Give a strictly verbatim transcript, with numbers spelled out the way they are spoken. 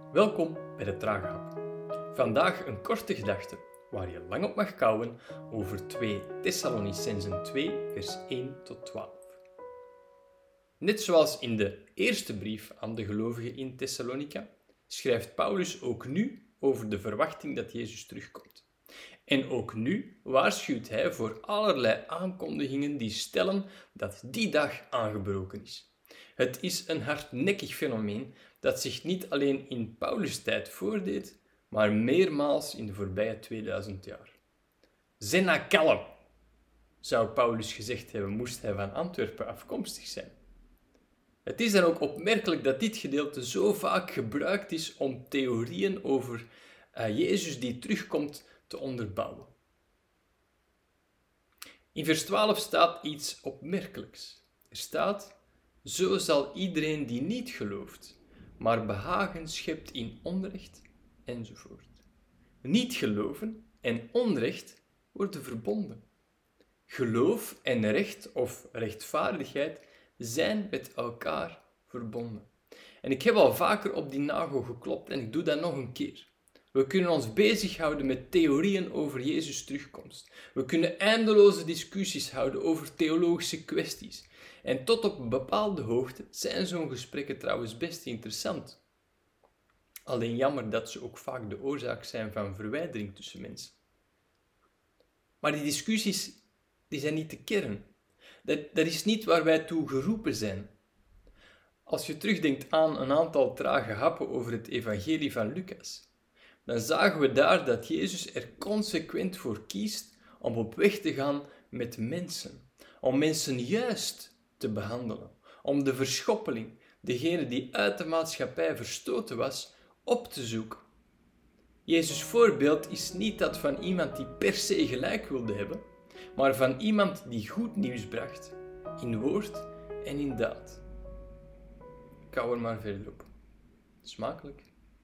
Welkom bij de Trage Hap. Vandaag een korte gedachte waar je lang op mag kouwen over twee Thessalonicenzen twee vers één tot twaalf. Net zoals in de eerste brief aan de gelovigen in Thessalonica, schrijft Paulus ook nu over de verwachting dat Jezus terugkomt. En ook nu waarschuwt hij voor allerlei aankondigingen die stellen dat die dag aangebroken is. Het is een hardnekkig fenomeen dat zich niet alleen in Paulus' tijd voordeed, maar meermaals in de voorbije tweeduizend jaar. Zenna kalm, zou Paulus gezegd hebben, moest hij van Antwerpen afkomstig zijn. Het is dan ook opmerkelijk dat dit gedeelte zo vaak gebruikt is om theorieën over uh, Jezus die terugkomt te onderbouwen. In vers twaalf staat iets opmerkelijks. Er staat: zo zal iedereen die niet gelooft, maar behagen schept in onrecht, enzovoort. Niet geloven en onrecht worden verbonden. Geloof en recht of rechtvaardigheid zijn met elkaar verbonden. En ik heb al vaker op die nagel geklopt en ik doe dat nog een keer. We kunnen ons bezighouden met theorieën over Jezus' terugkomst. We kunnen eindeloze discussies houden over theologische kwesties. En tot op een bepaalde hoogte zijn zo'n gesprekken trouwens best interessant. Alleen jammer dat ze ook vaak de oorzaak zijn van verwijdering tussen mensen. Maar die discussies die zijn niet de kern. Dat, dat is niet waar wij toe geroepen zijn. Als je terugdenkt aan een aantal trage happen over het evangelie van Lucas, dan zagen we daar dat Jezus er consequent voor kiest om op weg te gaan met mensen. Om mensen juist te behandelen. Om de verschoppeling, degene die uit de maatschappij verstoten was, op te zoeken. Jezus' voorbeeld is niet dat van iemand die per se gelijk wilde hebben, maar van iemand die goed nieuws bracht, in woord en in daad. Ik hou er maar verder op. Smakelijk.